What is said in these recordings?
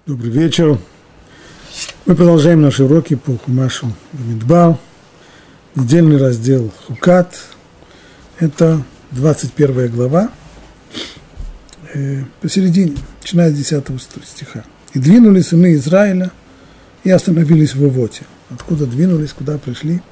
Добрый вечер. Мы продолжаем наши уроки по Хумашу Бамидбар. Недельный раздел Хукат. Это 21 глава, посередине, начиная с 10 стиха. «И двинулись сыны Израиля и остановились в Овоте». Откуда двинулись, куда пришли?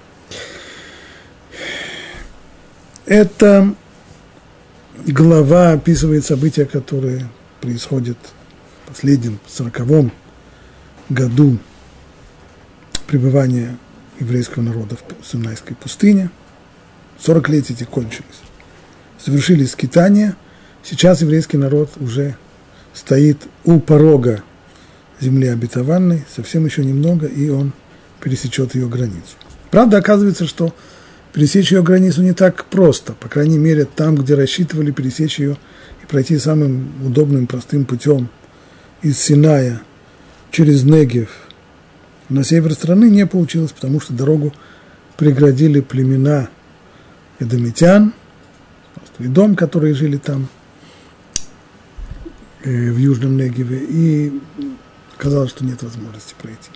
Эта глава описывает события, которые происходят в последнем 40-м году пребывания еврейского народа в Синайской пустыне. 40 лет эти кончились. Совершились скитания. Сейчас еврейский народ уже стоит у порога земли обетованной. Совсем еще немного, и он пересечет ее границу. Правда, оказывается, что пересечь ее границу не так просто. По крайней мере, там, где рассчитывали пересечь ее и пройти самым удобным, простым путем из Синая через Негев на север страны, не получилось, потому что дорогу преградили племена эдомитян, Эдом, которые жили там, в Южном Негеве, и казалось, что нет возможности пройти.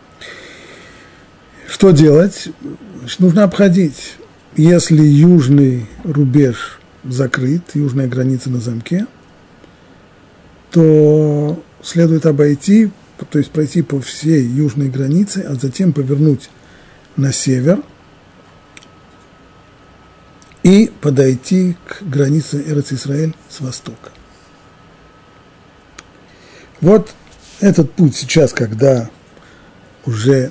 Что делать? Значит, нужно обходить. Если южный рубеж закрыт, южная граница на замке, то следует обойти, то есть пройти по всей южной границе, а затем повернуть на север и подойти к границе Эрец-Исраэль с востока. Вот этот путь сейчас, когда уже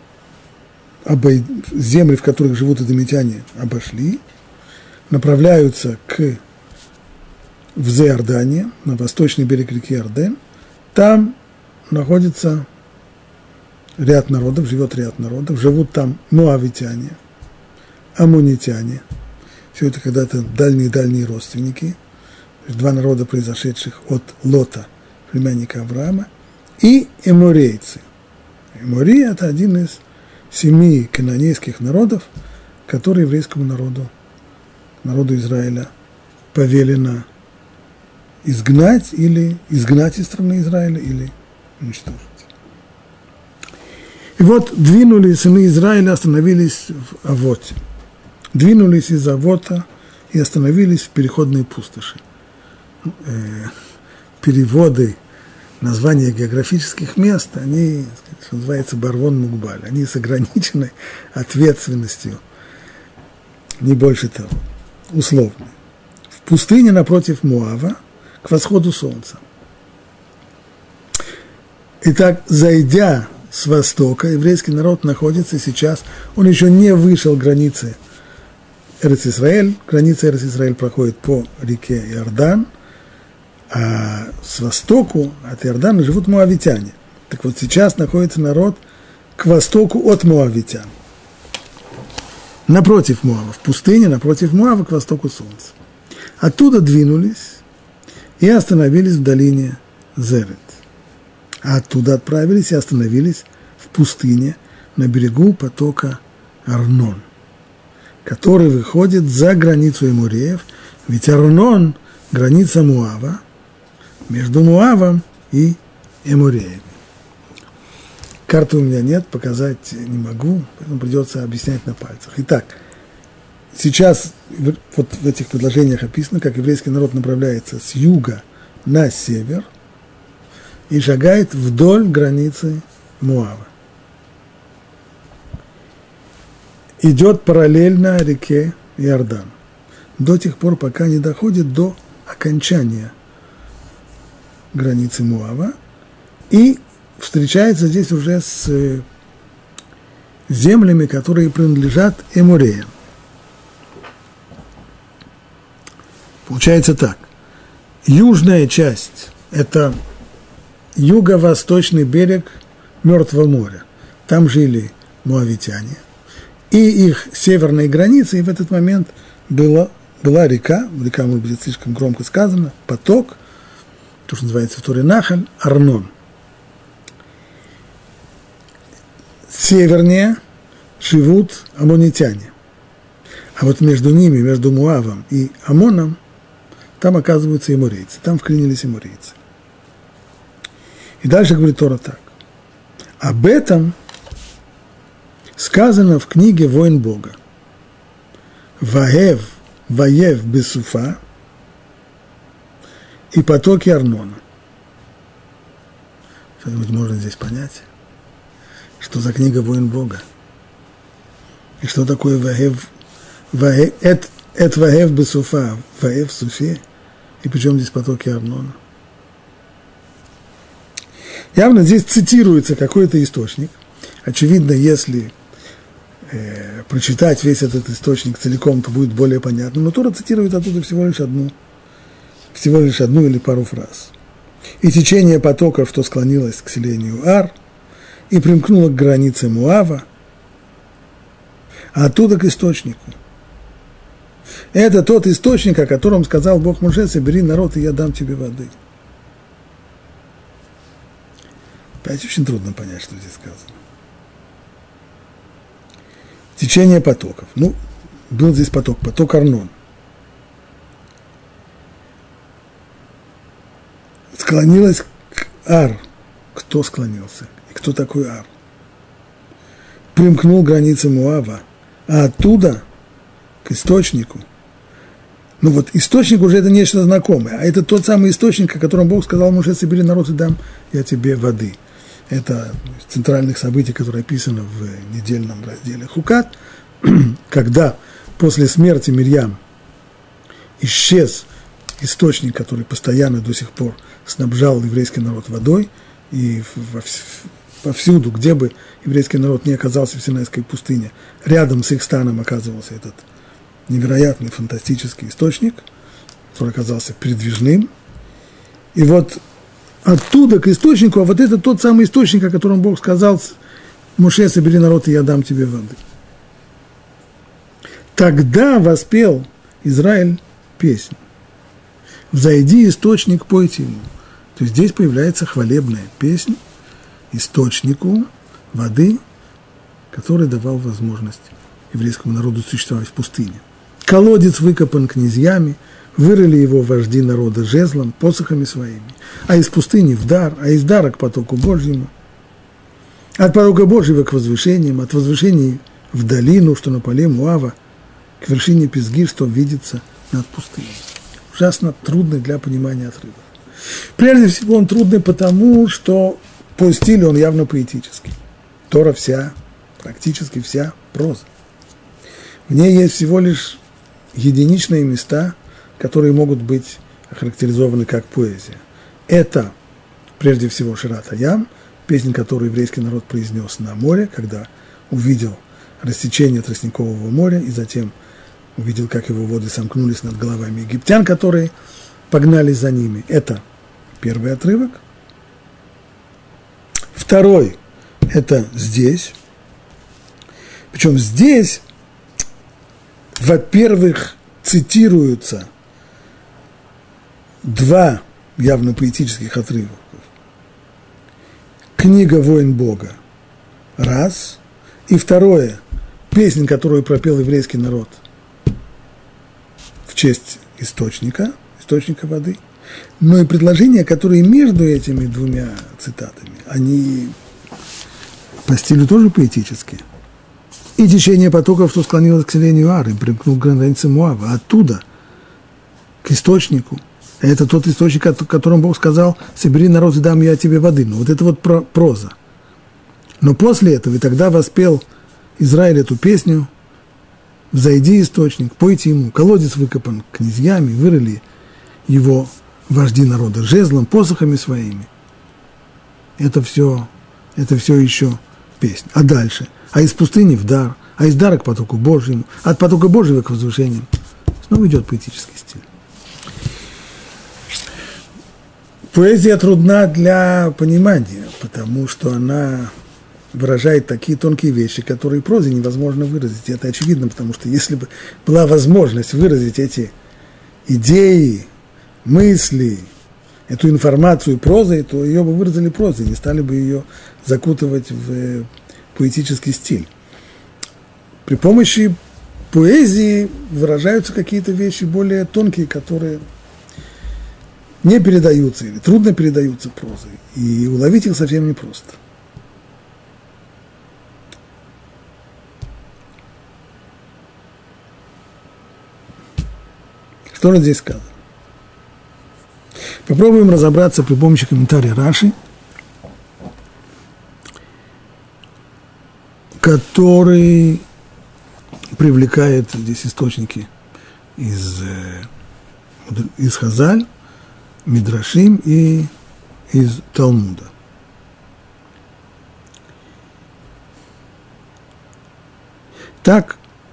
земли, в которых живут эдомитяне, обошли, направляются в Иордане, на восточный берег реки Иорден. Там находится ряд народов, живет ряд народов, живут там моавитяне, аммонитяне. Все это когда-то дальние-дальние родственники, два народа, произошедших от Лота, племянника Авраама, и эморейцы. Эмори – это один из 7 кананейских народов, которые еврейскому народу Израиля повелено изгнать из страны Израиля или уничтожить. И вот двинулись сыны Израиля, остановились в Овоте. Двинулись из Овота и остановились в переходной пустоши. Переводы названия географических мест, они, что называется, барвон мугбаль, они с ограниченной ответственностью, не больше того, условно. В пустыне напротив Моава, к восходу солнца. Итак, зайдя с востока, еврейский народ находится сейчас, он еще не вышел границы Эрец-Исраэль, граница Эрец-Исраэль проходит по реке Иордан, а с востоку от Иордана живут моавитяне. Так вот, сейчас находится народ к востоку от моавитян. Напротив Моава, в пустыне, напротив Моава, к востоку солнца. Оттуда двинулись и остановились в долине Зерет. А оттуда отправились и остановились в пустыне на берегу потока Арнон, который выходит за границу Эмореев, ведь Арнон – граница Моава, между Моавом и Эмореями. Карты у меня нет, показать не могу, поэтому придется объяснять на пальцах. Итак, сейчас вот в этих предложениях описано, как еврейский народ направляется с юга на север и шагает вдоль границы Моава. Идет параллельно реке Иордан до тех пор, пока не доходит до окончания границы Моава и встречается здесь уже с землями, которые принадлежат Эмореям. Получается так. Южная часть – это юго-восточный берег Мертвого моря. Там жили моавитяне. И их северной границей в этот момент была река, может быть, слишком громко сказано, поток, то, что называется в Торе Нахаль, Арнон. Севернее живут аммонитяне. А вот между ними, между Моавом и Амоном, там оказываются эморейцы, там вклинились эморейцы. И дальше говорит Тора так. Об этом сказано в книге «Воин Бога». Ваев Бесуфа и потоки Арнона. Что-нибудь можно здесь понять? Что за книга «Воин Бога»? И что такое Ваев Бесуфа, Ваев в Суфе? И причем здесь потоки Арнона? Явно здесь цитируется какой-то источник. Очевидно, если прочитать весь этот источник целиком, то будет более понятно. Но Тора цитирует оттуда всего лишь одну или пару фраз. «И течение потоков, что склонилось к селению Ар, и примкнуло к границе Муава, а оттуда к источнику». Это тот источник, о котором сказал Бог Моше: собери народ, и я дам тебе воды. Опять очень трудно понять, что здесь сказано. Течение потоков. Ну, был здесь поток Арнон. Склонилась к Ар. Кто склонился? И кто такой Ар? Примкнул к границе Муава, а оттуда к источнику. Ну вот источник уже это нечто знакомое, а это тот самый источник, о котором Бог сказал Моше: собери народ и дам я тебе воды. Это из центральных событий, которое описано в недельном разделе Хукат, когда после смерти Мирьям исчез источник, который постоянно до сих пор снабжал еврейский народ водой, и повсюду, где бы еврейский народ не оказался в Синайской пустыне, рядом с их станом оказывался этот невероятный, фантастический источник, который оказался передвижным. И вот оттуда к источнику, а вот это тот самый источник, о котором Бог сказал: Моше, собери народ, и я дам тебе воды. Тогда воспел Израиль песню: «Взойди, источник, пойте ему». То есть здесь появляется хвалебная песня источнику воды, который давал возможность еврейскому народу существовать в пустыне. Колодец выкопан князьями, вырыли его вожди народа жезлом, посохами своими, а из пустыни в дар, а из дара к потоку Божьему, от потока Божьего к возвышениям, от возвышений в долину, что на поле Муава, к вершине Пизги, что видится над пустыней. Ужасно трудный для понимания отрывок. Прежде всего он трудный потому, что по стилю он явно поэтический. Тора вся, практически вся проза. В ней есть всего лишь единичные места, которые могут быть охарактеризованы как поэзия. Это, прежде всего, Шират Хаям, песнь, которую еврейский народ произнес на море, когда увидел рассечение Тростникового моря, и затем увидел, как его воды сомкнулись над головами египтян, которые погнались за ними. Это первый отрывок. Второй – это здесь. Причем здесь, во-первых, цитируются два явно поэтических отрывка. Книга «Воин Бога» – раз. И второе – песнь, которую пропел еврейский народ в честь источника воды. Но и предложения, которые между этими двумя цитатами, они по стилю тоже поэтические. И течение потоков, что склонилось к селению Ары, примкнул к границе Муава, оттуда к источнику. Это тот источник, о котором Бог сказал: собери народ и дам я тебе воды. Ну, вот это вот проза. Но после этого, и тогда воспел Израиль эту песню: «Взойди, источник, пойте ему, колодец выкопан князьями, вырыли его вожди народа жезлом, посохами своими». Это все еще песня. А дальше? А из пустыни в дар, а из дара к потоку Божьему, от потока Божьего к возвышениям. Снова идет поэтический стиль. Поэзия трудна для понимания, потому что она выражает такие тонкие вещи, которые прозой невозможно выразить. И это очевидно, потому что если бы была возможность выразить эти идеи, мысли, эту информацию прозой, то ее бы выразили прозой, не стали бы ее закутывать в поэтический стиль. При помощи поэзии выражаются какие-то вещи более тонкие, которые не передаются или трудно передаются прозой, и уловить их совсем непросто. Что же здесь сказано? Попробуем разобраться при помощи комментария Раши, который привлекает здесь источники из Хазаль, Мидрашим и из Талмуда. Так,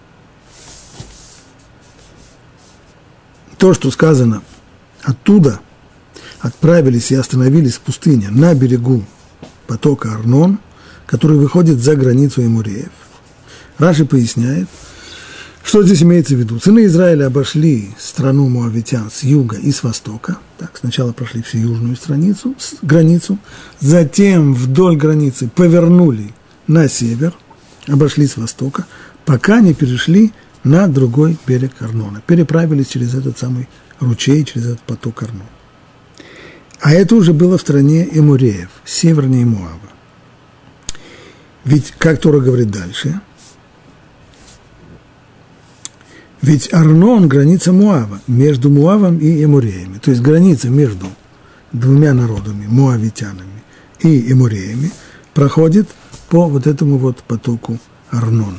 то, что сказано, оттуда отправились и остановились в пустыне на берегу потока Арнон, который выходит за границу Эмореев. Раши поясняет, что здесь имеется в виду. Сыны Израиля обошли страну моавитян с юга и с востока. Так, сначала прошли всю южную границу, затем вдоль границы повернули на север, обошли с востока, пока не перешли на другой берег Арнона. Переправились через этот самый ручей, через этот поток Арнон. А это уже было в стране Эмореев, севернее Моава. Ведь, как Тора говорит дальше, ведь Арнон – граница Моава, между Моавом и Эмореями. То есть граница между двумя народами, моавитянами и Эмореями, проходит по вот этому вот потоку Арнон.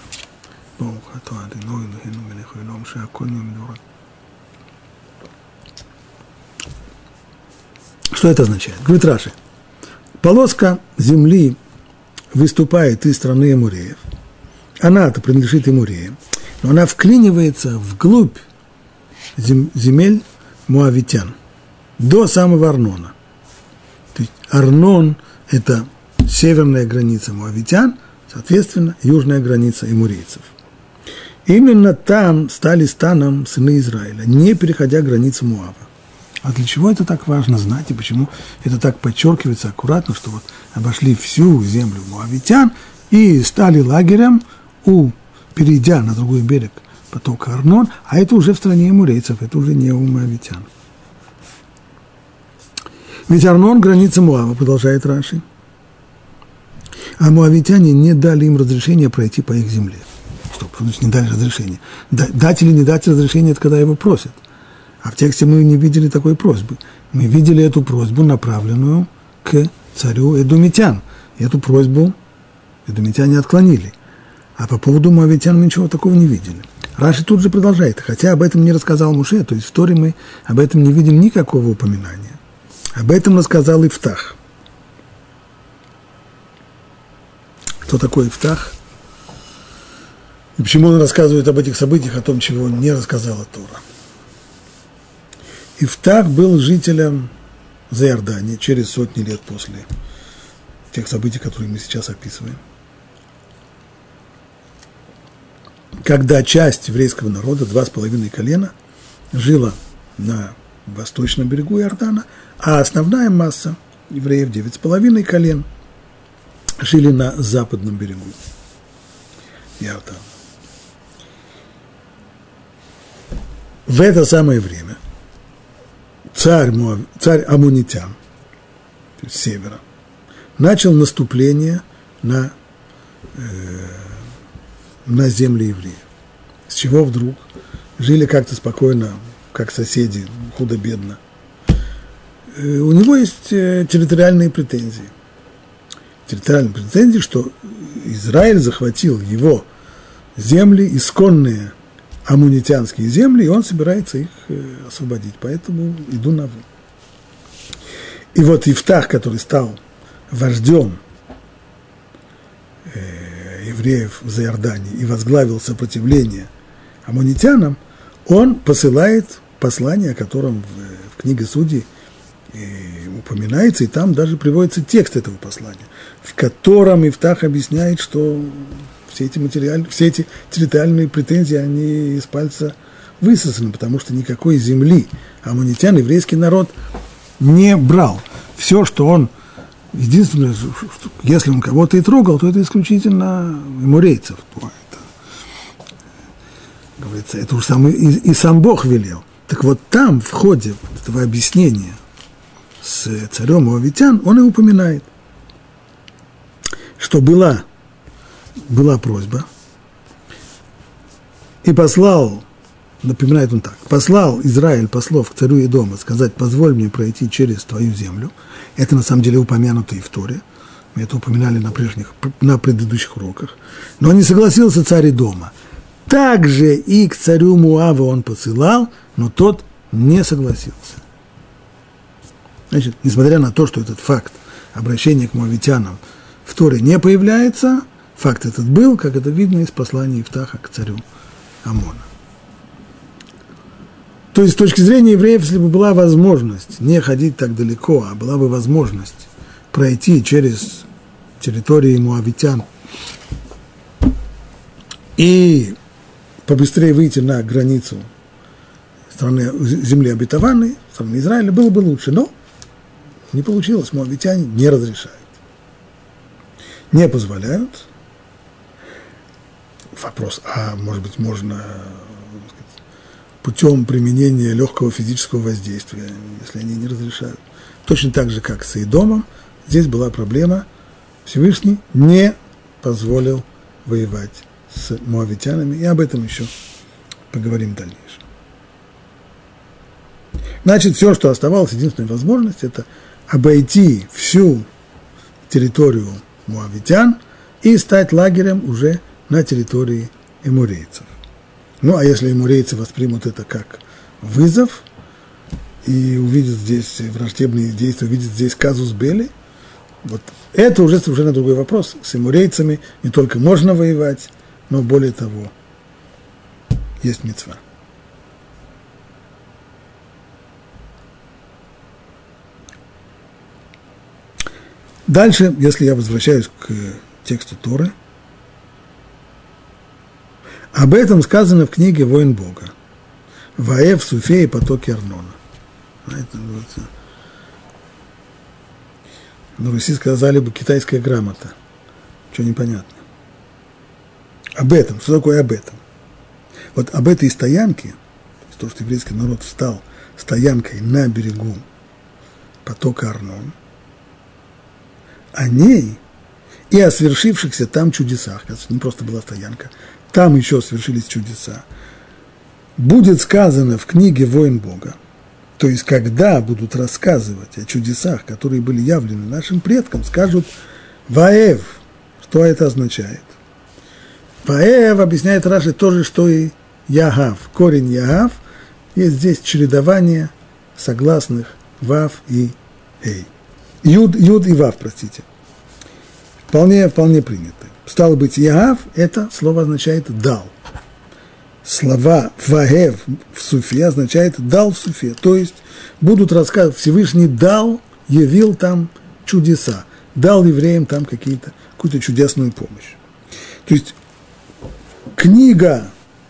Что это означает? Говорит Раши, полоска земли выступает из страны Эмореев. Она-то принадлежит Эмореям, но она вклинивается вглубь земель моавитян до самого Арнона. То есть Арнон – это северная граница моавитян, соответственно, южная граница эморейцев. Именно там стали станом сыны Израиля, не переходя границу Моава. А для чего это так важно знать, и почему это так подчеркивается аккуратно, что вот обошли всю землю моавитян и стали лагерем, перейдя на другой берег потока Арнон, а это уже в стране эморейцев, это уже не у моавитян. Ведь Арнон – граница Моава, продолжает Раши, а моавитяне не дали им разрешения пройти по их земле. Что значит не дали разрешения? Дать или не дать разрешения – это когда его просят. А в тексте мы не видели такой просьбы. Мы видели эту просьбу, направленную к царю эдомитян. И эту просьбу эдомитяне отклонили. А по поводу моавитян мы ничего такого не видели. Раши тут же продолжает. Хотя об этом не рассказал Муше, то есть в Торе мы об этом не видим никакого упоминания. Об этом рассказал Ифтах. Кто такой Ифтах? И почему он рассказывает об этих событиях, о том, чего не рассказала Тора? Ифтах был жителем Заиордании через сотни лет после тех событий, которые мы сейчас описываем. Когда часть еврейского народа, 2,5 колена, жила на восточном берегу Иордана, а основная масса евреев, 9,5 колен, жили на западном берегу Иордана. В это самое время царь Аммонитян, то есть с севера, начал наступление на земли евреев. С чего вдруг жили как-то спокойно, как соседи, худо-бедно. У него есть территориальные претензии. Территориальные претензии, что Израиль захватил его земли, исконные аммонитянские земли, и он собирается их освободить. Поэтому иду на «вы». И вот Ифтах, который стал вождем евреев в Заиордании и возглавил сопротивление аммонитянам, он посылает послание, о котором в книге Судей упоминается, и там даже приводится текст этого послания, в котором Ифтах объясняет, что все эти территориальные претензии, они из пальца высосаны, потому что никакой земли аммонитян еврейский народ не брал. Все, что он, единственное, если он кого-то и трогал, то это исключительно эморейцев. Говорится, это уж и сам Бог велел. Так вот там, в ходе этого объяснения с царем моавитян, он и упоминает, что была просьба, и послал, напоминает он так, послал Израиль послов к царю Эдома сказать: позволь мне пройти через твою землю. Это на самом деле упомянуто и в Торе, мы это упоминали на предыдущих уроках, но не согласился царь Эдома. Также и к царю Муава он посылал, но тот не согласился. Значит, несмотря на то, что этот факт обращения к моавитянам в Торе не появляется, факт этот был, как это видно из послания Ифтаха к царю Амона. То есть, с точки зрения евреев, если бы была возможность не ходить так далеко, а была бы возможность пройти через территории моавитян и побыстрее выйти на границу страны, земли обетованной, страны Израиля, было бы лучше, но не получилось, моавитяне не разрешают, не позволяют. Вопрос, а может быть, можно путем применения легкого физического воздействия, если они не разрешают. Точно так же, как с Эдомом, здесь была проблема, Всевышний не позволил воевать с моавитянами, и об этом еще поговорим в дальнейшем. Значит, все, что оставалось, единственная возможность, это обойти всю территорию моавитян и стать лагерем уже на территории эморейцев. Ну, а если эморейцы воспримут это как вызов и увидят здесь враждебные действия, увидят здесь казус белли, вот это уже совершенно другой вопрос. С эморейцами не только можно воевать, но более того, есть мицва. Дальше, если я возвращаюсь к тексту Торы, об этом сказано в книге «Воин Бога». «Ваев, Суфе и потоки Арнона». Знаете, вот, на Руси сказали бы китайская грамота. Что непонятно. Об этом. Что такое об этом? Вот об этой стоянке, то, что еврейский народ встал стоянкой на берегу потока Арнон, о ней и о свершившихся там чудесах, не просто была стоянка, там еще свершились чудеса, будет сказано в книге «Воин Бога». То есть, когда будут рассказывать о чудесах, которые были явлены нашим предкам, скажут «Ваев». Что это означает? «Ваев», объясняет Раши, то же, что и «Ягав». Корень «Ягав», есть здесь чередование согласных «Вав» и «Эй». Юд и Вав, простите. Вполне принято. Стало быть, Ягав, это слово означает «дал». Слова «ваев» в суфе означает «дал в суфе». То есть будут рассказывать, Всевышний дал, явил там чудеса, дал евреям там какую-то чудесную помощь. То есть книга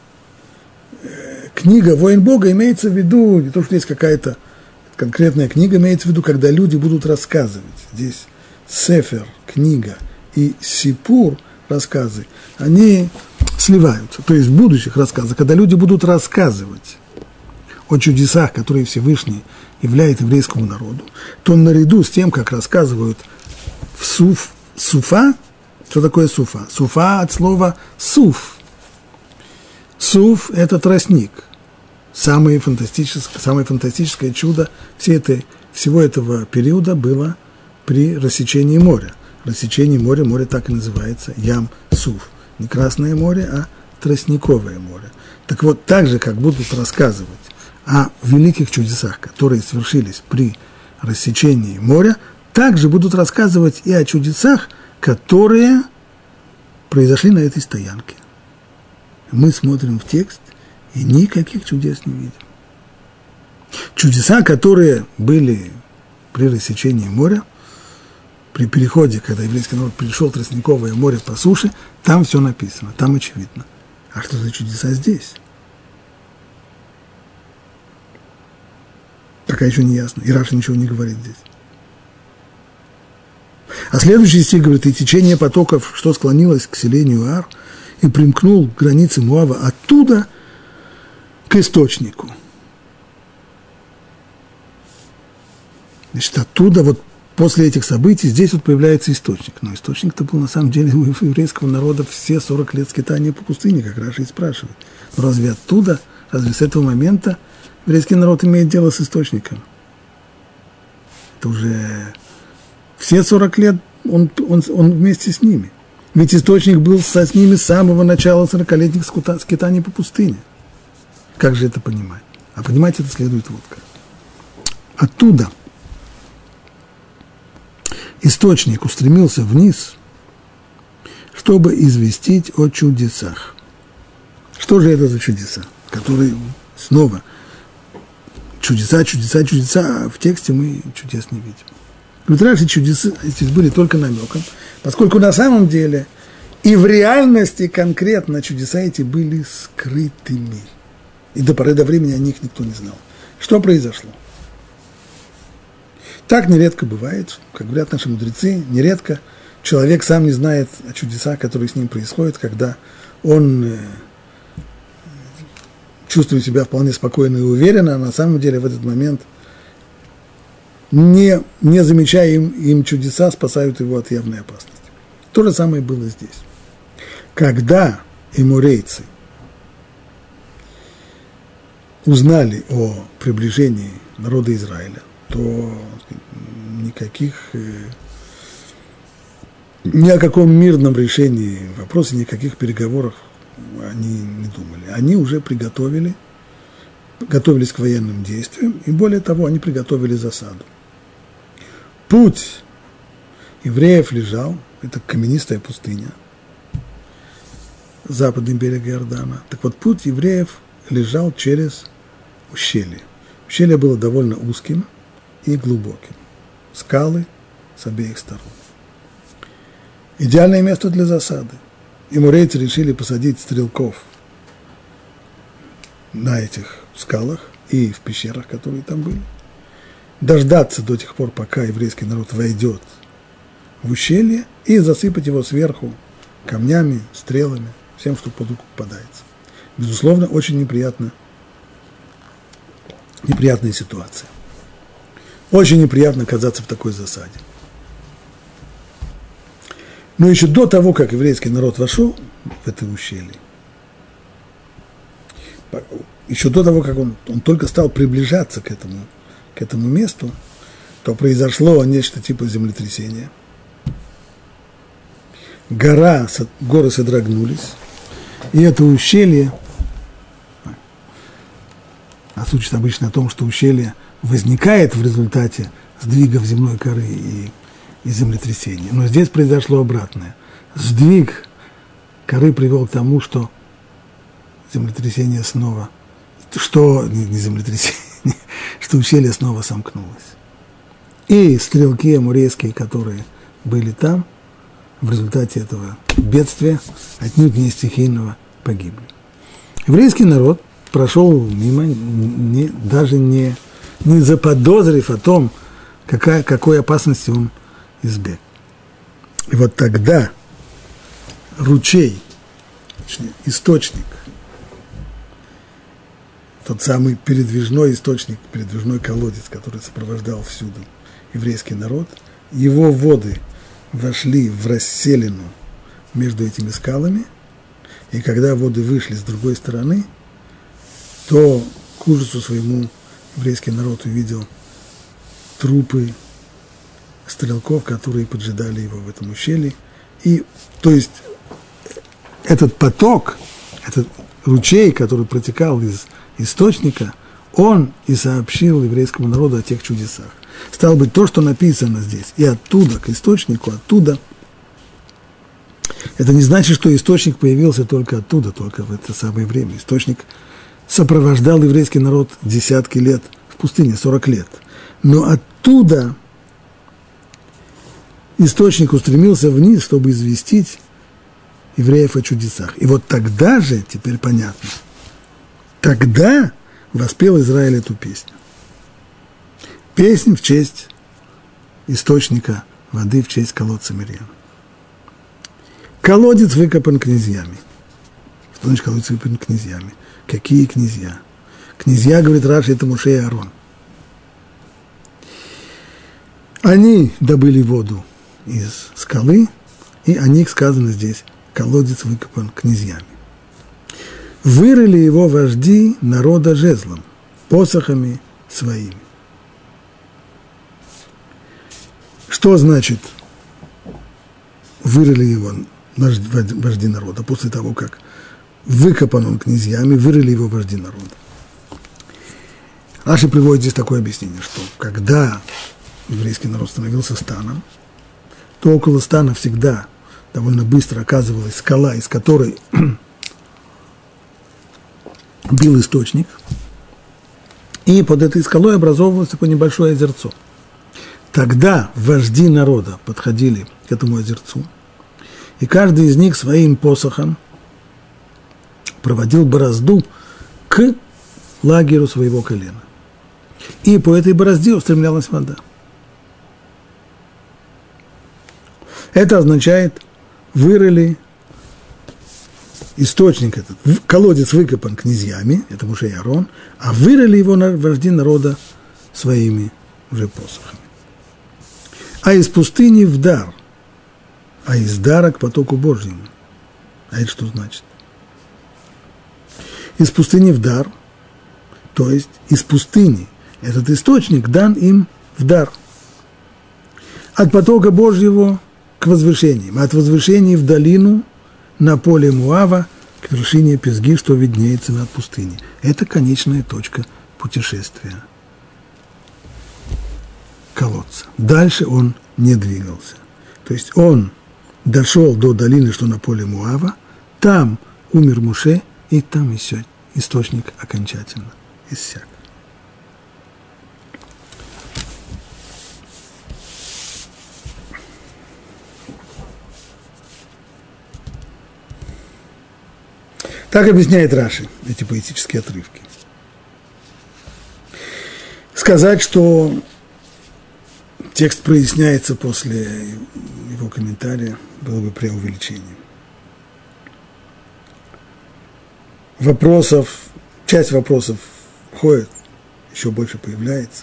«Воин Бога» имеется в виду, не то, что есть какая-то конкретная книга, имеется в виду, когда люди будут рассказывать. Здесь сефер, книга, и сипур, рассказы, они сливаются. То есть в будущих рассказах, когда люди будут рассказывать о чудесах, которые Всевышний являет еврейскому народу, то наряду с тем, как рассказывают в суфа, что такое суфа? Суфа от слова суф. Суф – это тростник. Самое фантастическое чудо всего этого периода было при рассечении моря. Рассечение моря, море так и называется Ям-Суф. Не Красное море, а Тростниковое море. Так вот, так же, как будут рассказывать о великих чудесах, которые свершились при рассечении моря, также будут рассказывать и о чудесах, которые произошли на этой стоянке. Мы смотрим в текст и никаких чудес не видим. Чудеса, которые были при рассечении моря, при переходе, когда еврейский народ перешел Тростниковое море по суше, там все написано, там очевидно. А что за чудеса здесь? Пока еще не ясно. И Раша ничего не говорит здесь. А следующий стих говорит: и течение потоков, что склонилось к селению Ар, и примкнул к границе Моава оттуда к источнику. Значит, оттуда вот после этих событий здесь вот появляется источник. Но источник-то был на самом деле у еврейского народа все 40 лет скитания по пустыне, как Раши и спрашивает. Но разве оттуда, разве с этого момента еврейский народ имеет дело с источником? Это уже все 40 лет он вместе с ними. Ведь источник был с ними с самого начала 40-летних скитаний по пустыне. Как же это понимать? А понимать это следует вот как. Оттуда источник устремился вниз, чтобы известить о чудесах. Что же это за чудеса, которые снова чудеса, а в тексте мы чудес не видим. В Раши чудеса здесь были только намеком, поскольку на самом деле и в реальности конкретно чудеса эти были скрытыми. И до поры до времени о них никто не знал. Что произошло? Так нередко бывает, как говорят наши мудрецы, нередко человек сам не знает о чудесах, которые с ним происходят, когда он чувствует себя вполне спокойно и уверенно, а на самом деле в этот момент, не замечая им чудеса, спасают его от явной опасности. То же самое было здесь. Когда эморейцы узнали о приближении народа Израиля, то ни о каком мирном решении вопроса, никаких переговорах они не думали. Они уже готовились к военным действиям, и более того, они приготовили засаду. Путь евреев лежал, это каменистая пустыня, западный берег Иордана. Так вот, путь евреев лежал через ущелье. Ущелье было довольно узким и глубоким. Скалы с обеих сторон. Идеальное место для засады. Эморейцы решили посадить стрелков на этих скалах и в пещерах, которые там были. Дождаться до тех пор, пока еврейский народ войдет в ущелье, и засыпать его сверху камнями, стрелами, всем, что под руку попадается. Безусловно, очень неприятная ситуация. Очень неприятно оказаться в такой засаде. Но еще до того, как еврейский народ вошел в это ущелье, еще до того, как он только стал приближаться к этому месту, то произошло нечто типа землетрясения. Горы содрогнулись, и это ущелье, а суть обычно о том, что ущелье возникает в результате сдвигов земной коры и землетрясения. Но здесь произошло обратное. Сдвиг коры привел к тому, что землетрясение снова, что ущелье снова сомкнулось. И стрелки амурейские, которые были там, в результате этого бедствия, отнюдь не стихийного, погибли. Еврейский народ прошел мимо, даже не заподозрив о том, какой опасности он избег. И вот тогда ручей, источник, тот самый передвижной источник, передвижной колодец, который сопровождал всюду еврейский народ, его воды вошли в расселину между этими скалами, и когда воды вышли с другой стороны, то к ужасу своему еврейский народ увидел трупы стрелков, которые поджидали его в этом ущелье. И, то есть, этот поток, этот ручей, который протекал из источника, он и сообщил еврейскому народу о тех чудесах. Стало быть, то, что написано здесь, и оттуда к источнику, оттуда, это не значит, что источник появился только оттуда, только в это самое время. Источник сопровождал еврейский народ десятки лет в пустыне, 40 лет. Но оттуда источник устремился вниз, чтобы известить евреев о чудесах. И вот тогда же, теперь понятно, тогда воспел Израиль эту песню. Песнь в честь источника воды, в честь колодца Мирьям. Колодец выкопан князьями. Что значит колодец выкопан князьями? Какие князья? Князья, говорит Раши, это Моше и Аарон. Они добыли воду из скалы, и о них сказано здесь: колодец выкопан князьями. Вырыли его вожди народа жезлом, посохами своими. Что значит вырыли его вожди народа после того, как выкопан он князьями, вырыли его вожди народа? Раши приводит здесь такое объяснение, что когда еврейский народ становился станом, то около стана всегда довольно быстро оказывалась скала, из которой бил источник, и под этой скалой образовывалось такое небольшое озерцо. Тогда вожди народа подходили к этому озерцу, и каждый из них своим посохом проводил борозду к лагерю своего колена. И по этой борозде устремлялась вода. Это означает, вырыли источник этот, колодец выкопан князьями, это Моше и Аарон, а вырыли его вожди народа своими уже посохами. А из пустыни в дар, а из дара к потоку Божьему. А это что значит? Из пустыни в дар, то есть из пустыни этот источник дан им в дар. От потока Божьего к возвышениям, от возвышений в долину на поле Муава к вершине Пизги, что виднеется над пустыней. Это конечная точка путешествия колодца. Дальше он не двигался. То есть он дошел до долины, что на поле Муава, там умер Моше, и там еще источник окончательно иссяк. Так объясняет Раши эти поэтические отрывки. Сказать, что текст проясняется после его комментария, было бы преувеличением. Часть вопросов входит, еще больше появляется.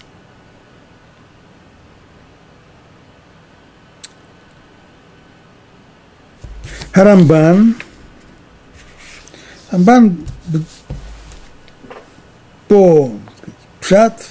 Рамбан по пшат,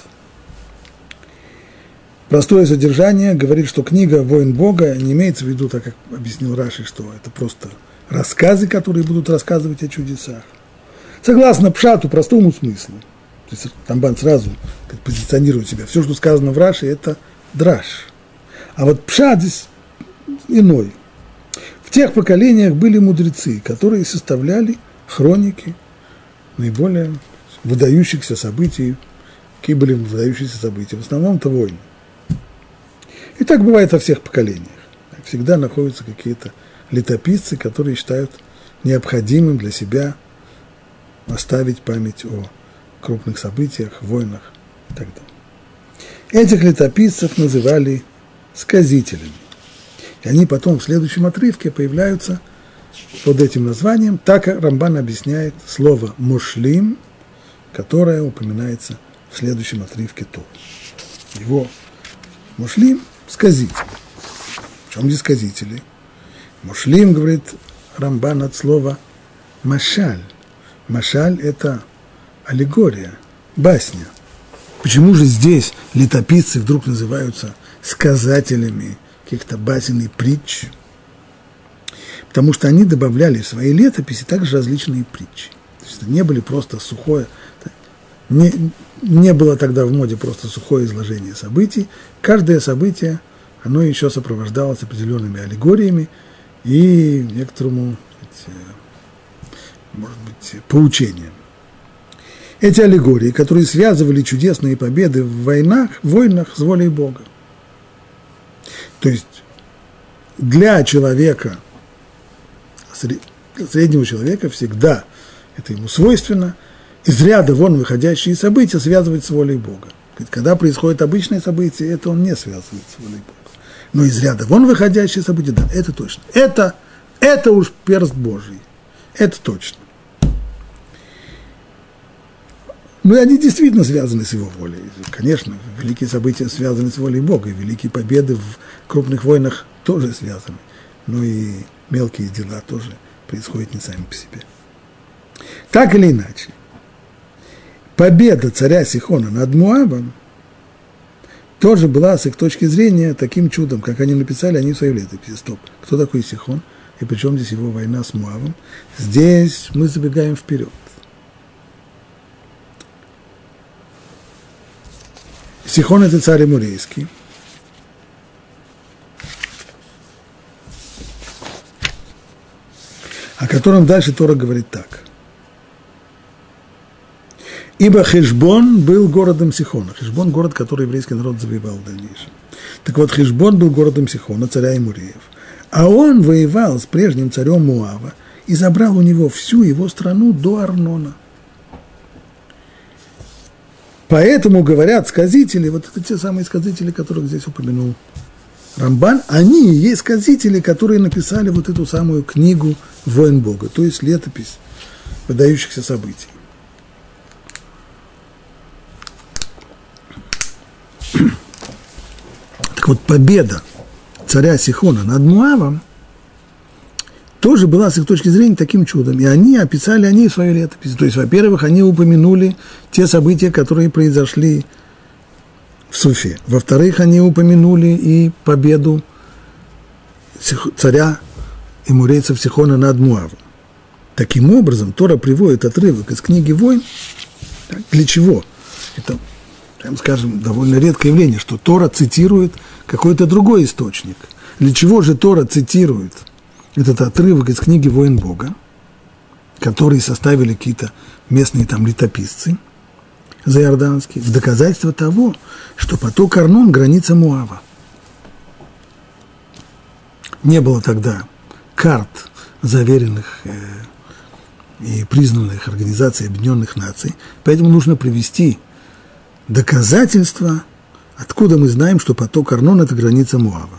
простое содержание, говорит, что книга «Воин Бога» не имеется в виду, так как объяснил Раши, что это просто рассказы, которые будут рассказывать о чудесах. Согласно пшату, простому смыслу, то есть Рамбан сразу позиционирует себя, все, что сказано в Раши, это драш. А вот пшат здесь иной. В тех поколениях были мудрецы, которые составляли хроники наиболее выдающихся событий. Какие были выдающиеся события? В основном это войны. И так бывает во всех поколениях. Всегда находятся какие-то летописцы, которые считают необходимым для себя оставить память о крупных событиях, войнах и так далее. Этих летописцев называли сказителями. И они потом в следующем отрывке появляются под этим названием. Так Рамбан объясняет слово «мошлим», которое упоминается в следующем отрывке Торы. Его мошлим – сказители. В чем здесь сказители? Мошлим, говорит Рамбан, от слова «машаль». Машаль – это аллегория, басня. Почему же здесь летописцы вдруг называются сказателями каких-то басен и притч? Потому что они добавляли в свои летописи также различные притчи. То есть это не были просто сухое, не было тогда в моде просто сухое изложение событий. Каждое событие, оно еще сопровождалось определенными аллегориями и некоторому, может быть, поучением. Эти аллегории, которые связывали чудесные победы в войнах с волей Бога. То есть для человека, для среднего человека всегда это ему свойственно, из ряда вон выходящие события связывать с волей Бога. Когда происходит обычное событие, это он не связывает с волей Бога. Но из ряда вон выходящие события, да, это точно. Это уж перст Божий. Это точно. Но они действительно связаны с его волей. Конечно, великие события связаны с волей Бога, и великие победы в крупных войнах тоже связаны. Но и мелкие дела тоже происходят не сами по себе. Так или иначе, победа царя Сихона над Моавом тоже была, с их точки зрения, таким чудом, как они написали, они в своей летописи. Стоп, кто такой Сихон? И причем здесь его война с Моавом? Здесь мы забегаем вперед. Сихон – это царь Эморейский. О котором дальше Тора говорит так. Ибо Хешбон был городом Сихона. Хешбон – город, который еврейский народ завоевал в дальнейшем. Так вот, Хешбон был городом Сихона, царя Эмореев. А он воевал с прежним царем Моава и забрал у него всю его страну до Арнона. Поэтому, говорят сказители, вот это те самые сказители, которых здесь упомянул Рамбан, они и есть сказители, которые написали вот эту самую книгу «Воин Бога», то есть летопись выдающихся событий. Так вот, победа царя Сихона над Моавом тоже была, с их точки зрения, таким чудом. И они описали о ней в своей летописи. То есть, во-первых, они упомянули те события, которые произошли в Суфе. Во-вторых, они упомянули и победу царя эморейцев Сихона над Моавом. Таким образом, Тора приводит отрывок из книги «Войн». Для чего? Это, прямо скажем, довольно редкое явление, что Тора цитирует какой-то другой источник. Для чего же Тора цитирует этот отрывок из книги «Воин Бога», который составили какие-то местные там летописцы заиорданские, в доказательство того, что поток Арнон – граница Моава. Не было тогда карт, заверенных и признанных Организацией Объединенных Наций, поэтому нужно привести доказательства, откуда мы знаем, что поток Арнон – это граница Моава.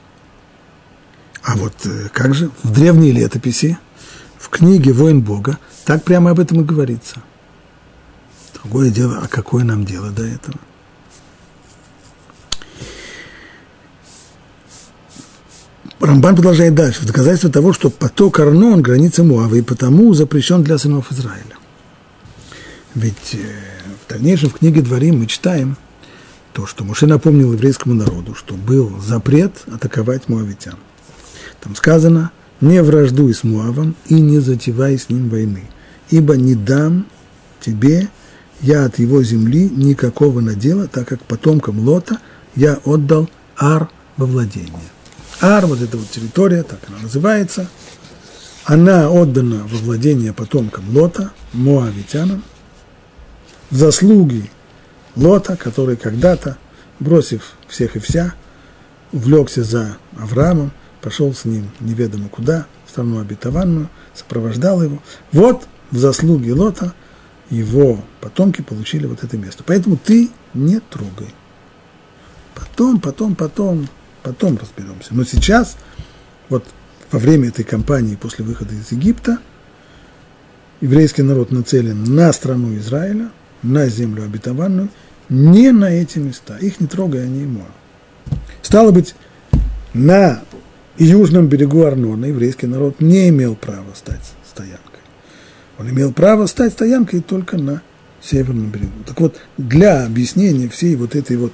А вот как же в древней летописи, в книге «Воин Бога», так прямо об этом и говорится. Другое дело, а какое нам дело до этого? Рамбан продолжает дальше. В доказательство того, что поток Арнон – граница Моава, и потому запрещен для сынов Израиля. Ведь в дальнейшем в книге Дворим мы читаем то, что Моше напомнил еврейскому народу, что был запрет атаковать моавитян. Там сказано: «Не враждуй с Моавом и не затевай с ним войны, ибо не дам тебе я от его земли никакого надела, так как потомкам Лота я отдал Ар во владение». Ар, вот эта вот территория, так она называется, она отдана во владение потомкам Лота, моавитянам, в заслуги Лота, который когда-то, бросив всех и вся, увлекся за Авраамом, пошел с ним неведомо куда, в страну обетованную, сопровождал его. Вот в заслуги Лота его потомки получили вот это место. Поэтому ты не трогай. Потом разберемся. Но сейчас, вот во время этой кампании после выхода из Египта, еврейский народ нацелен на страну Израиля, на землю обетованную, не на эти места. Их не трогай, они ему. Стало быть, на южном берегу Арнона еврейский народ не имел права стать стоянкой. Он имел право стать стоянкой только на северном берегу. Так вот, для объяснения всей вот этой вот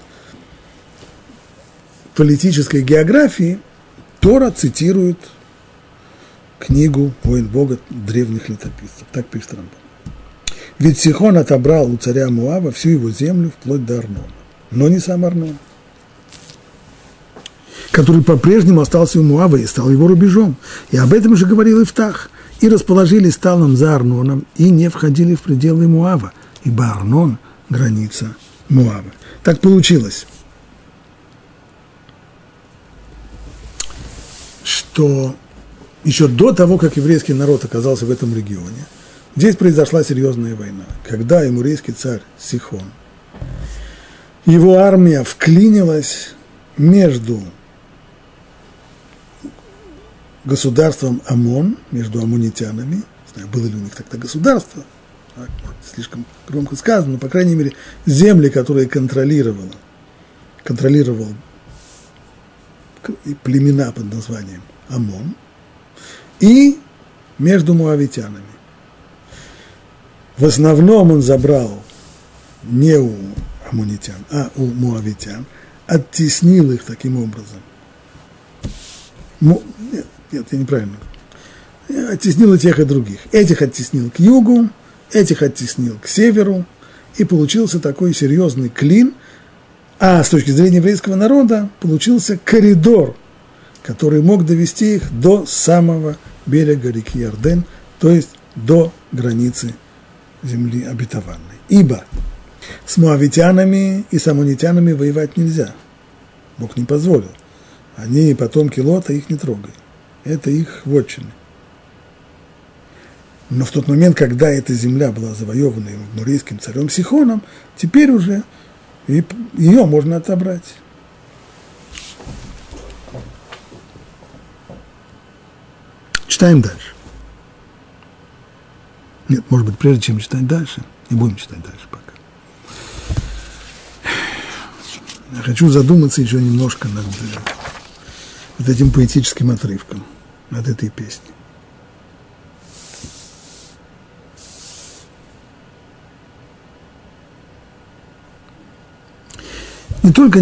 политической географии Тора цитирует книгу «Воин Бога» древних летописцев. Так пишет Рамбан. Ведь Сихон отобрал у царя Моава всю его землю вплоть до Арнона. Но не сам Арнон, который по-прежнему остался у Моава и стал его рубежом. И об этом же говорил Ифтах. И расположились сталом за Арноном, и не входили в пределы Моава, ибо Арнон – граница Моава. Так получилось, что еще до того, как еврейский народ оказался в этом регионе, здесь произошла серьезная война, когда эморейский царь Сихон, его армия вклинилась между государством Амон, между аммонитянами, не знаю, было ли у них тогда государство, так, вот, слишком громко сказано, но, по крайней мере, земли, которые контролировал племена под названием Амон, и между муавитянами. В основном он забрал не у аммонитян, а у муавитян, оттеснил их таким образом. Нет, я неправильно. Оттеснил и тех, и других. Этих оттеснил к югу, этих оттеснил к северу, и получился такой серьезный клин, а с точки зрения еврейского народа получился коридор, который мог довести их до самого берега реки Иорден, то есть до границы земли обетованной. Ибо с муавитянами и с аммонитянами воевать нельзя. Бог не позволил. Они потомки Лота, их не трогай. Это их вотчины. Но в тот момент, когда эта земля была завоевана аморейским царем Сихоном, теперь уже ее можно отобрать. Читаем дальше. Нет, может быть, прежде чем читать дальше, не будем читать дальше пока. Я хочу задуматься еще немножко над вот этим поэтическим отрывком, над этой песней. Не только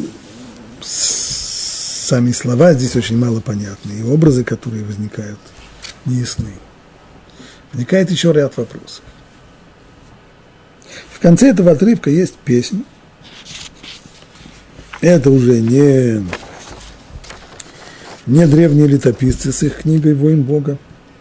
сами слова здесь очень мало понятны, и образы, которые возникают, неясны. Возникает еще ряд вопросов. В конце этого отрывка есть песня. Это уже не древние летописцы с их книгой «Воин Бога».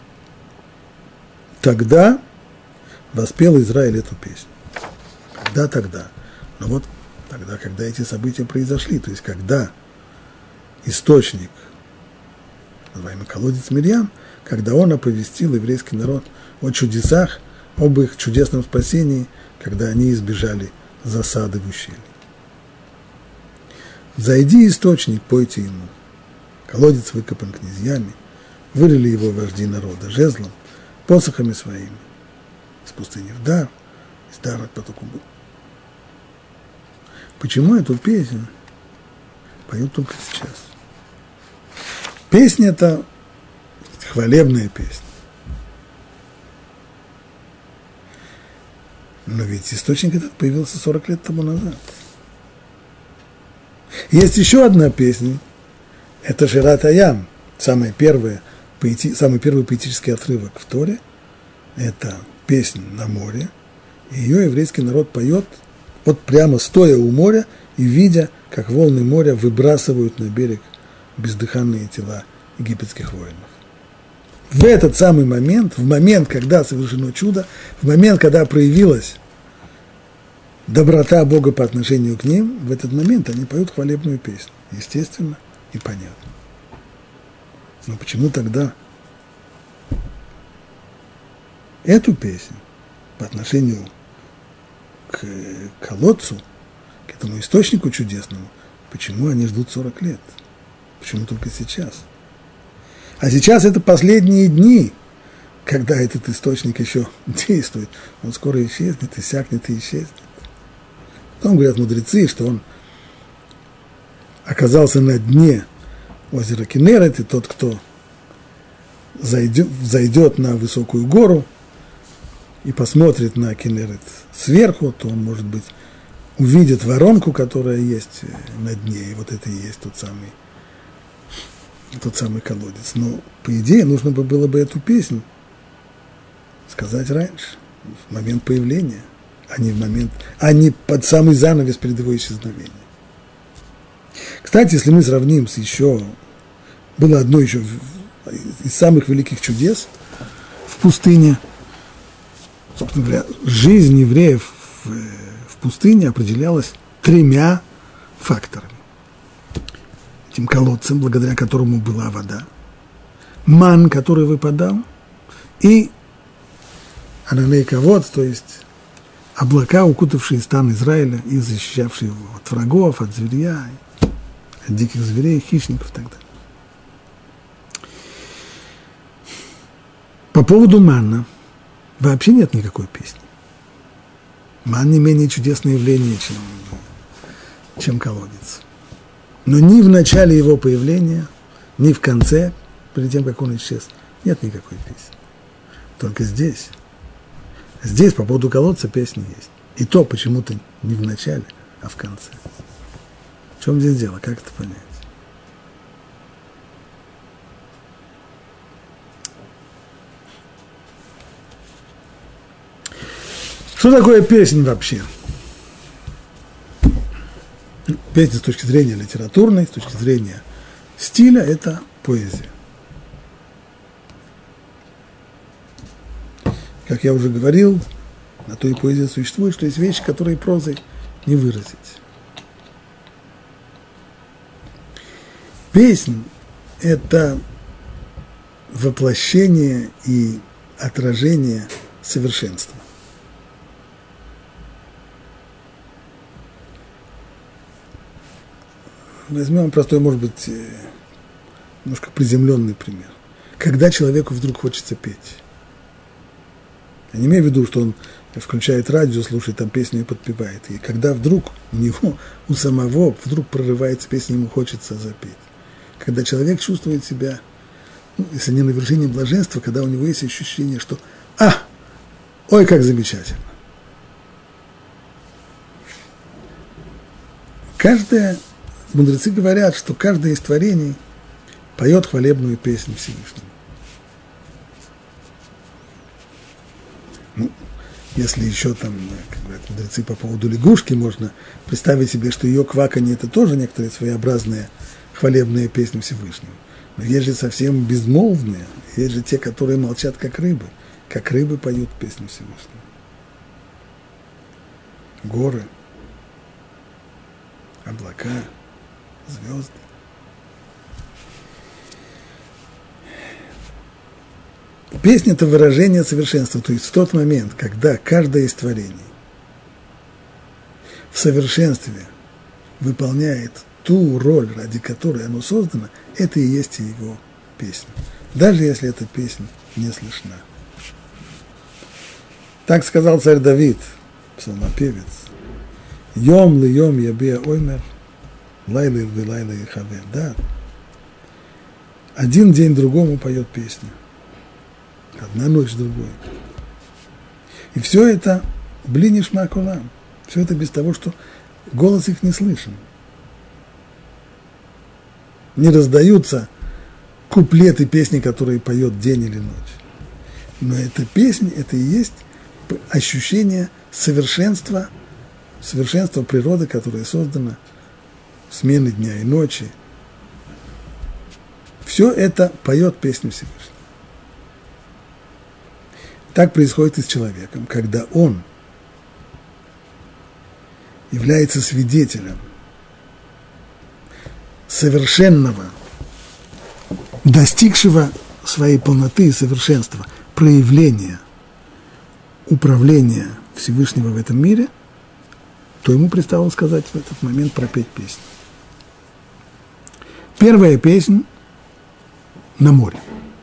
Тогда воспел Израиль эту песню. Тогда. Но вот тогда, когда эти события произошли, то есть когда источник, называемый колодец Мирьям, когда он оповестил еврейский народ о чудесах, об их чудесном спасении, когда они избежали засады в ущелье. «Зайди, источник, пойте ему. Колодец выкопан князьями, вырыли его вожди народа жезлом, посохами своими, с пустыни в дар, из дара к потоку был». Почему эту песню поют только сейчас? Песня – это хвалебная песня. Но ведь источник этот появился 40 лет тому назад. Есть еще одна песня. Это Шират Аям, самый первый поэтический отрывок в Торе. Это песня на море. И ее еврейский народ поет вот прямо стоя у моря и видя, как волны моря выбрасывают на берег бездыханные тела египетских воинов. В этот самый момент, в момент, когда совершено чудо, в момент, когда проявилась доброта Бога по отношению к ним, в этот момент они поют хвалебную песню. Естественно и понятно. Но почему тогда эту песню по отношению к колодцу, к этому источнику чудесному, почему они ждут 40 лет? Почему только сейчас? А сейчас это последние дни, когда этот источник еще действует. Он скоро исчезнет, иссякнет и исчезнет. Потом говорят мудрецы, что он оказался на дне озера Кинерет, и тот, кто зайдет на высокую гору и посмотрит на Кинерет сверху, то он, может быть, увидит воронку, которая есть на дне, и вот это и есть тот самый колодец. Но, по идее, нужно было бы эту песню сказать раньше, в момент появления, а не под самый занавес перед его исчезновением. Кстати, если мы сравним с было одно еще из самых великих чудес в пустыне, собственно говоря, жизнь евреев в пустыне определялась 3 факторами. Этим колодцем, благодаря которому была вода, ман, который выпадал, и ананей кавод, то есть облака, укутавшие стан Израиля и защищавшие его от врагов, от зверя, от диких зверей, хищников и так далее. По поводу манна вообще нет никакой песни. Ман не менее чудесное явление, чем колодец. Но ни в начале его появления, ни в конце, перед тем, как он исчез, нет никакой песни. Только здесь. Здесь по поводу колодца песни есть. И то почему-то не в начале, а в конце. В чем здесь дело? Как это понять? Что такое песнь вообще? Песня с точки зрения литературной, с точки зрения стиля – это поэзия. Как я уже говорил, на то и поэзия существует, что есть вещи, которые прозой не выразить. Песнь – это воплощение и отражение совершенства. Возьмем простой, может быть, немножко приземленный пример. Когда человеку вдруг хочется петь. Я не имею в виду, что он включает радио, слушает там песню и подпевает. И когда вдруг у него, у самого, вдруг прорывается песня, ему хочется запеть. Когда человек чувствует себя, если не на вершине блаженства, когда у него есть ощущение, что ой, как замечательно. Мудрецы говорят, что каждое из творений поет хвалебную песню Всевышнему. Если еще там, как говорят мудрецы, по поводу лягушки, можно представить себе, что ее кваканье – это тоже некоторые своеобразные хвалебные песни Всевышнего. Но есть же совсем безмолвные, есть же те, которые молчат, как рыбы поют песню Всевышнего. Горы, облака, звезды. Песня – это выражение совершенства, то есть в тот момент, когда каждое из творений в совершенстве выполняет ту роль, ради которой оно создано, это и есть его песня, даже если эта песня не слышна. Так сказал царь Давид, псалмопевец: «Йом ли йом ябеа оймер, лайла ли лайла и хаве». Да, один день другому поет песню, одна ночь другой. И все это бли нишма колам, все это без того, что голос их не слышен. Не раздаются куплеты песни, которые поет день или ночь. Но эта песня, это и есть ощущение совершенства природы, которая создана, смены дня и ночи. Все это поет песню Всевышнего. Так происходит и с человеком, когда он является свидетелем совершенного, достигшего своей полноты и совершенства, проявления, управления Всевышнего в этом мире, то ему пристало сказать в этот момент пропеть песню. Первая песня на море.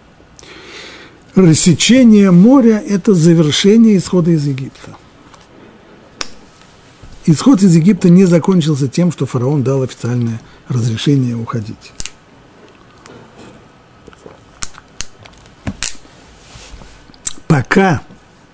Рассечение моря – это завершение исхода из Египта. Исход из Египта не закончился тем, что фараон дал официальное разрешение уходить. Пока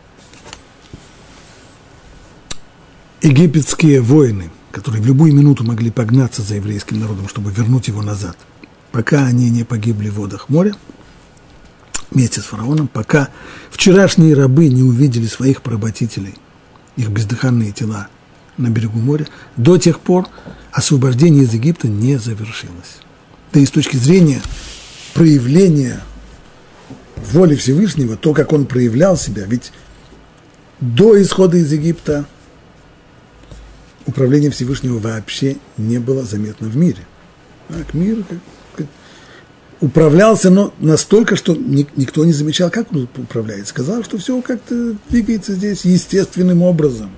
египетские воины, которые в любую минуту могли погнаться за еврейским народом, чтобы вернуть его назад, пока они не погибли в водах моря, вместе с фараоном, пока вчерашние рабы не увидели своих поработителей, их бездыханные тела на берегу моря, до тех пор освобождение из Египта не завершилось. Да и с точки зрения проявления воли Всевышнего, то, как он проявлял себя, ведь до исхода из Египта управление Всевышнего вообще не было заметно в мире. Так, мир управлялся, но настолько, что никто не замечал, как он управляет. Сказал, что все как-то двигается здесь естественным образом.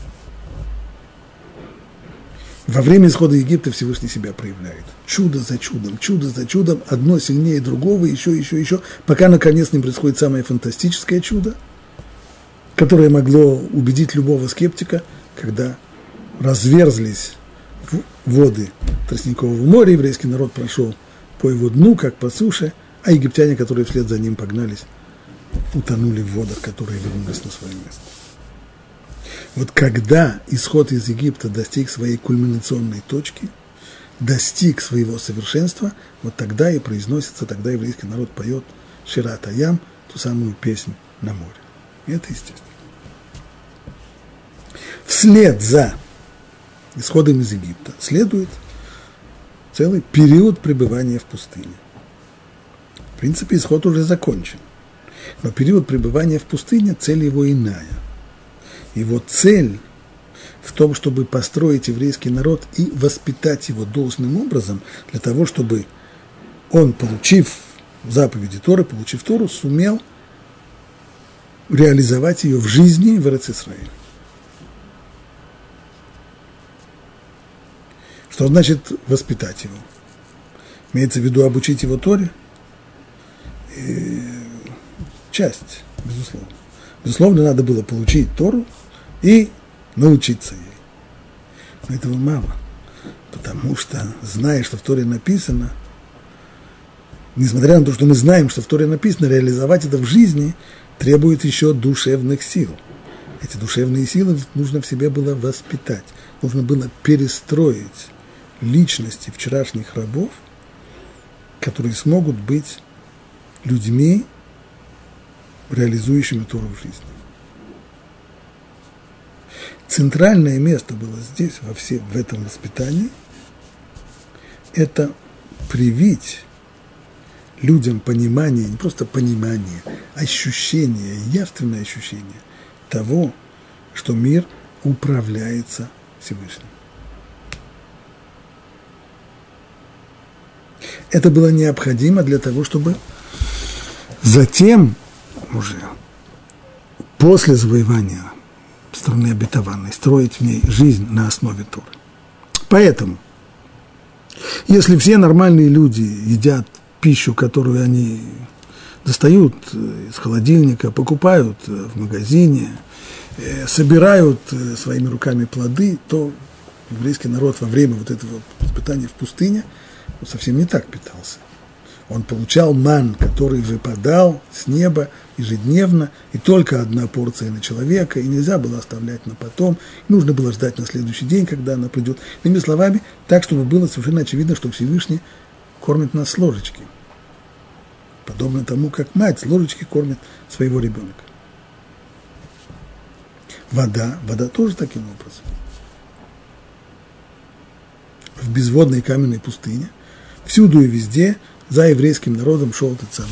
Во время исхода Египта Всевышний себя проявляет. Чудо за чудом, одно сильнее другого, еще, пока наконец не происходит самое фантастическое чудо. которое могло убедить любого скептика, когда разверзлись воды Тростникового моря, еврейский народ прошел по его дну, как по суше, а египтяне, которые вслед за ним погнались, утонули в водах, которые вернулись на свое место. Вот когда исход из Египта достиг своей кульминационной точки, достиг своего совершенства, вот тогда и произносится, тогда еврейский народ поет Шират Аям, ту самую песнь на море. И это естественно. Вслед за исходом из Египта следует целый период пребывания в пустыне. В принципе, исход уже закончен. Но период пребывания в пустыне, цель его иная. Его цель в том, чтобы построить еврейский народ и воспитать его должным образом, для того, чтобы он, получив заповеди Торы, получив Тору, сумел реализовать ее в жизни в Эрец-Исраэль. Что значит воспитать его? Имеется в виду обучить его Торе? Часть, безусловно. Безусловно, надо было получить Тору и научиться ей. Но этого мало, потому что, зная, что в Торе написано, несмотря на то, что мы знаем, что в Торе написано, реализовать это в жизни требует еще душевных сил. Эти душевные силы нужно в себе было воспитать, нужно было перестроить личности вчерашних рабов, которые смогут быть людьми, реализующими Тору в жизни. Центральное место было здесь, в этом воспитании, это привить людям понимание, не просто понимание, ощущение, явственное ощущение того, что мир управляется Всевышним. Это было необходимо для того, чтобы затем, уже после завоевания страны обетованной, строить в ней жизнь на основе Торы. Поэтому, если все нормальные люди едят пищу, которую они достают из холодильника, покупают в магазине, собирают своими руками плоды, то еврейский народ во время вот этого испытания в пустыне совсем не так питался. Он получал ман, который выпадал с неба ежедневно, и только одна порция на человека, и нельзя было оставлять на потом, нужно было ждать на следующий день, когда она придет. Иными словами, так, чтобы было совершенно очевидно, что Всевышний кормит нас с ложечки. Подобно тому, как мать с ложечки кормит своего ребенка. Вода тоже таким образом. В безводной каменной пустыне, всюду и везде, за еврейским народом шел этот самый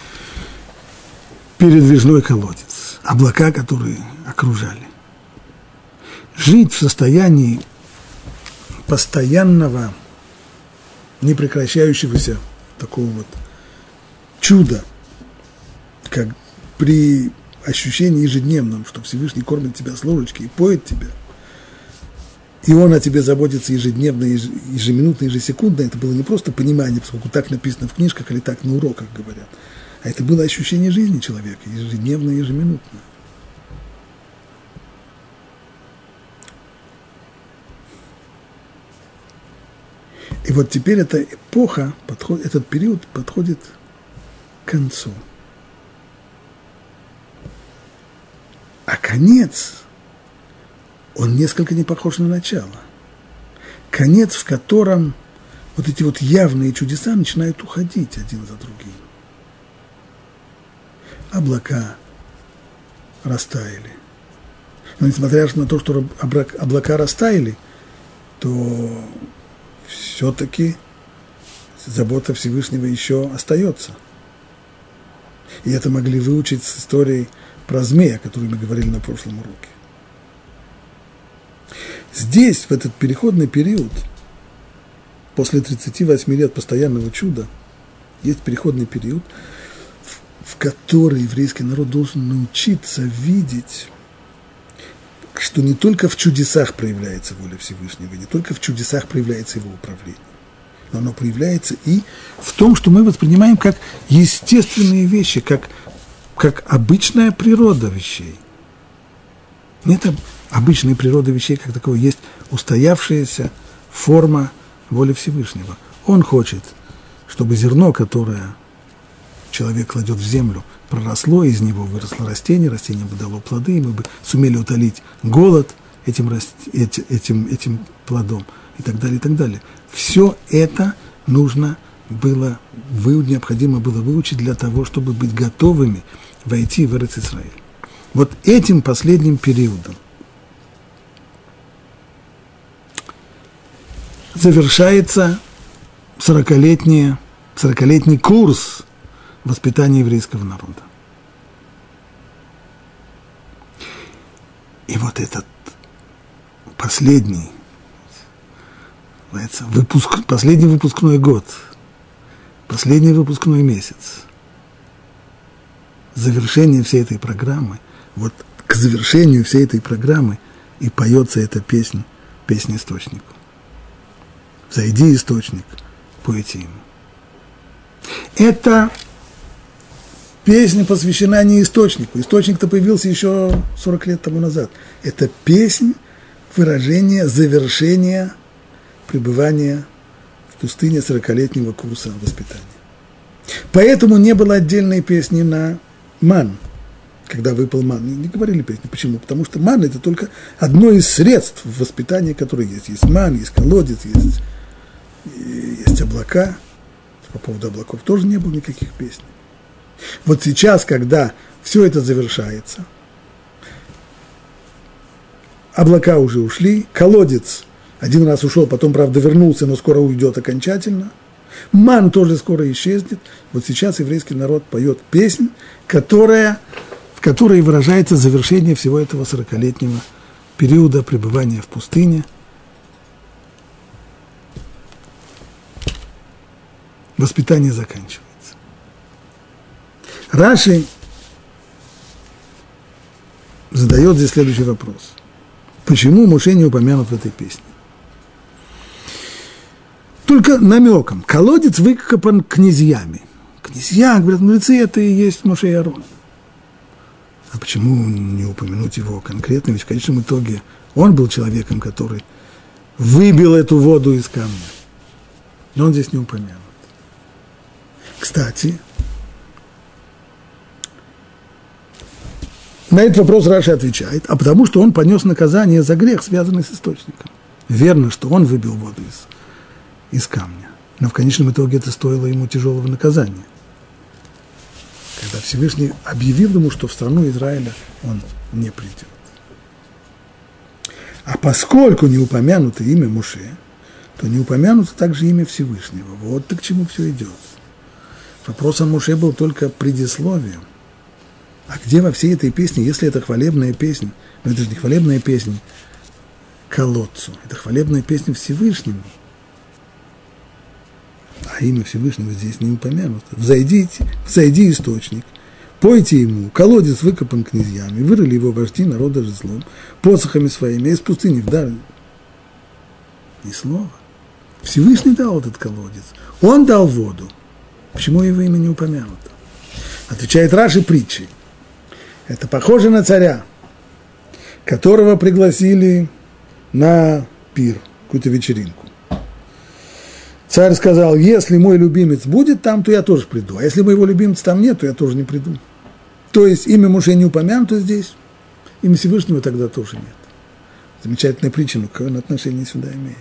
передвижной колодец, облака, которые окружали. Жить в состоянии постоянного, непрекращающегося такого вот чуда, как при ощущении ежедневном, что Всевышний кормит тебя с ложечки и поет тебя, и он о тебе заботится ежедневно, ежеминутно, ежесекундно, это было не просто понимание, поскольку так написано в книжках или так на уроках говорят, а это было ощущение жизни человека, ежедневно, ежеминутно. И вот теперь эта эпоха, этот период подходит к концу. А конец, он несколько не похож на начало. Конец, в котором вот эти вот явные чудеса начинают уходить один за другим. Облака растаяли. Но несмотря на то, что облака растаяли, то все-таки забота Всевышнего еще остается. И это могли выучить с историей про змея, о которой мы говорили на прошлом уроке. Здесь, в этот переходный период, после 38 лет постоянного чуда, есть переходный период, в который еврейский народ должен научиться видеть, что не только в чудесах проявляется воля Всевышнего, не только в чудесах проявляется его управление, но оно проявляется и в том, что мы воспринимаем как естественные вещи, как обычная природа вещей. Нет обычной природы вещей как таковой, есть устоявшаяся форма воли Всевышнего. Он хочет, чтобы зерно, которое человек кладет в землю, проросло, из него выросло растение, растение бы дало плоды, и мы бы сумели утолить голод этим плодом, и так далее, и так далее. Все это необходимо было выучить для того, чтобы быть готовыми войти в Эрец-Исраэль. Вот этим последним периодом завершается 40-летний курс воспитания еврейского народа. И вот этот последний выпускной год, последний выпускной месяц, завершение всей этой программы, вот к завершению всей этой программы и поется эта песня источнику. «Взойди, источник, пойте ему». Эта песня посвящена не источнику. Источник-то появился еще 40 лет тому назад. Это песнь, выражение завершения пребывания в пустыне 40-летнего курса воспитания. Поэтому не было отдельной песни на ман, когда выпал ман. Не говорили песни. Почему? Потому что ман – это только одно из средств воспитания, которые есть. Есть ман, есть колодец, есть облака. По поводу облаков тоже не было никаких песен. Вот сейчас, когда все это завершается, облака уже ушли, колодец один раз ушел, потом, правда, вернулся, но скоро уйдет окончательно. Ман тоже скоро исчезнет. Вот сейчас еврейский народ поет песнь, в которой выражается завершение всего этого 40-летнего периода пребывания в пустыне. Воспитание заканчивается. Раши задает здесь следующий вопрос. Почему Моше не упомянут в этой песне? Только намеком. Колодец выкопан князьями. Князья, говорят мудрецы, это и есть Моше и Аарон. А почему не упомянуть его конкретно? Ведь в конечном итоге он был человеком, который выбил эту воду из камня. Но он здесь не упомянут. Кстати, на этот вопрос Раши отвечает, а потому что он понес наказание за грех, связанный с источником. Верно, что он выбил воду из камня, но в конечном итоге это стоило ему тяжелого наказания. Когда Всевышний объявил ему, что в страну Израиля он не придет. А поскольку не упомянуто имя Моше, то не упомянуто также имя Всевышнего. Вот ты к чему все идет. Вопрос о Моше был только предисловием. А где во всей этой песне, если это хвалебная песня, но это же не хвалебная песня колодцу, это хвалебная песня Всевышнему. А имя Всевышнего здесь не упомянуто. Взойди, источник, пойте ему, колодец выкопан князьями, вырыли его вожди народа жезлом, посохами своими, из пустыни вдали. Ни слова. Всевышний дал этот колодец, он дал воду. Почему его имя не упомянуто? Отвечает Раши притчей. Это похоже на царя, которого пригласили на пир, какую-то вечеринку. Царь сказал, если мой любимец будет там, то я тоже приду. А если моего любимца там нет, то я тоже не приду. То есть имя Моше не упомянуто здесь, имя Всевышнего тогда тоже нет. Замечательная притча, но какое он отношение сюда имеет?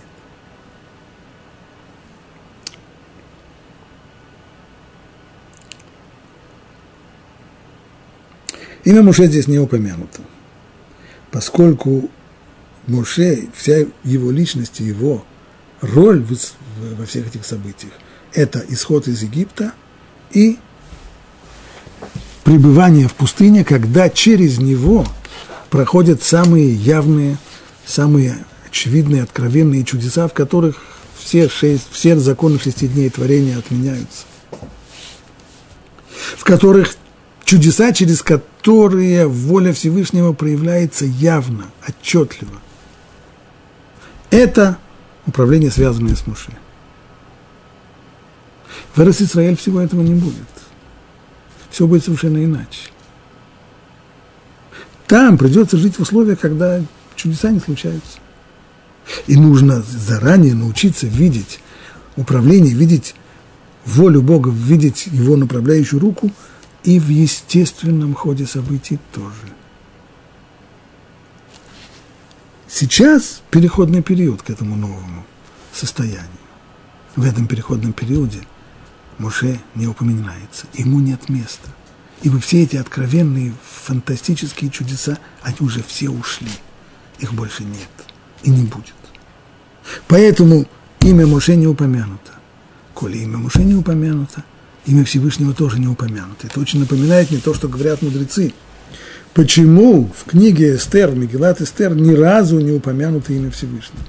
Имя Моше здесь не упомянуто, поскольку Моше, вся его личность и его роль во всех этих событиях – это исход из Египта и пребывание в пустыне, когда через него проходят самые явные, самые очевидные, откровенные чудеса, в которых все законы 6 дней творения отменяются, в которых чудеса, через которые воля Всевышнего проявляется явно, отчетливо. Это управление, связанное с Моше. В Эрец-Исраэль всего этого не будет. Все будет совершенно иначе. там придется жить в условиях, когда чудеса не случаются. И нужно заранее научиться видеть управление, видеть волю Бога, видеть Его направляющую руку и в естественном ходе событий тоже. Сейчас переходный период к этому новому состоянию. В этом переходном периоде Моше не упоминается, ему нет места. Ибо все эти откровенные, фантастические чудеса, они уже все ушли. Их больше нет и не будет. Поэтому имя Моше не упомянуто. Коли имя Моше не упомянуто, имя Всевышнего тоже не упомянуто. Это очень напоминает мне то, что говорят мудрецы. Почему в книге Эстер, в Мегилат Эстер, ни разу не упомянуто имя Всевышнего?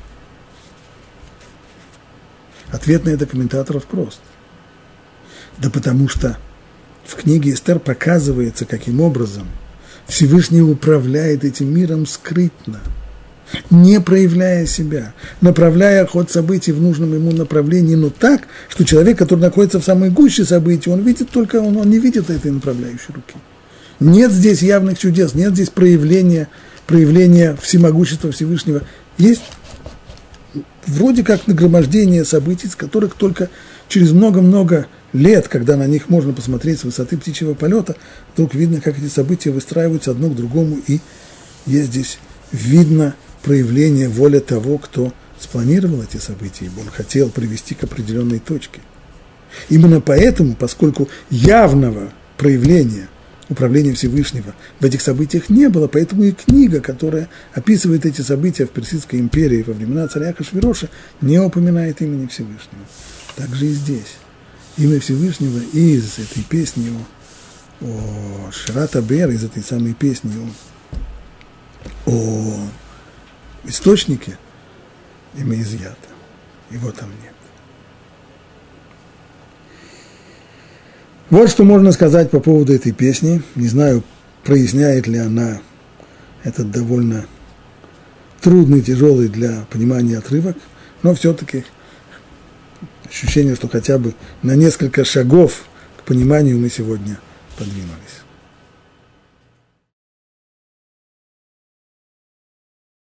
Ответ на это комментаторов прост. Да потому что в книге Эстер показывается, каким образом Всевышний управляет этим миром скрытно, не проявляя себя, направляя ход событий в нужном ему направлении, но так, что человек, который находится в самой гуще событий, он видит только, он не видит этой направляющей руки. Нет здесь явных чудес, нет здесь проявления всемогущества Всевышнего. Есть вроде как нагромождение событий, с которых только через много-много лет, когда на них можно посмотреть с высоты птичьего полета, вдруг видно, как эти события выстраиваются одно к другому, и есть здесь видно проявление воли того, кто спланировал эти события, ибо он хотел привести к определенной точке. Именно поэтому, поскольку явного проявления управления Всевышнего в этих событиях не было, поэтому и книга, которая описывает эти события в Персидской империи во времена царя Ахашвироша, не упоминает имени Всевышнего. Так же и здесь. Имя Всевышнего из этой песни о Шират а-Беэр, из этой самой песни о источнике, имя изъято. Его там нет. Вот что можно сказать по поводу этой песни. Не знаю, проясняет ли она этот довольно трудный, тяжелый для понимания отрывок, но все-таки ощущение, что хотя бы на несколько шагов к пониманию мы сегодня подвинулись.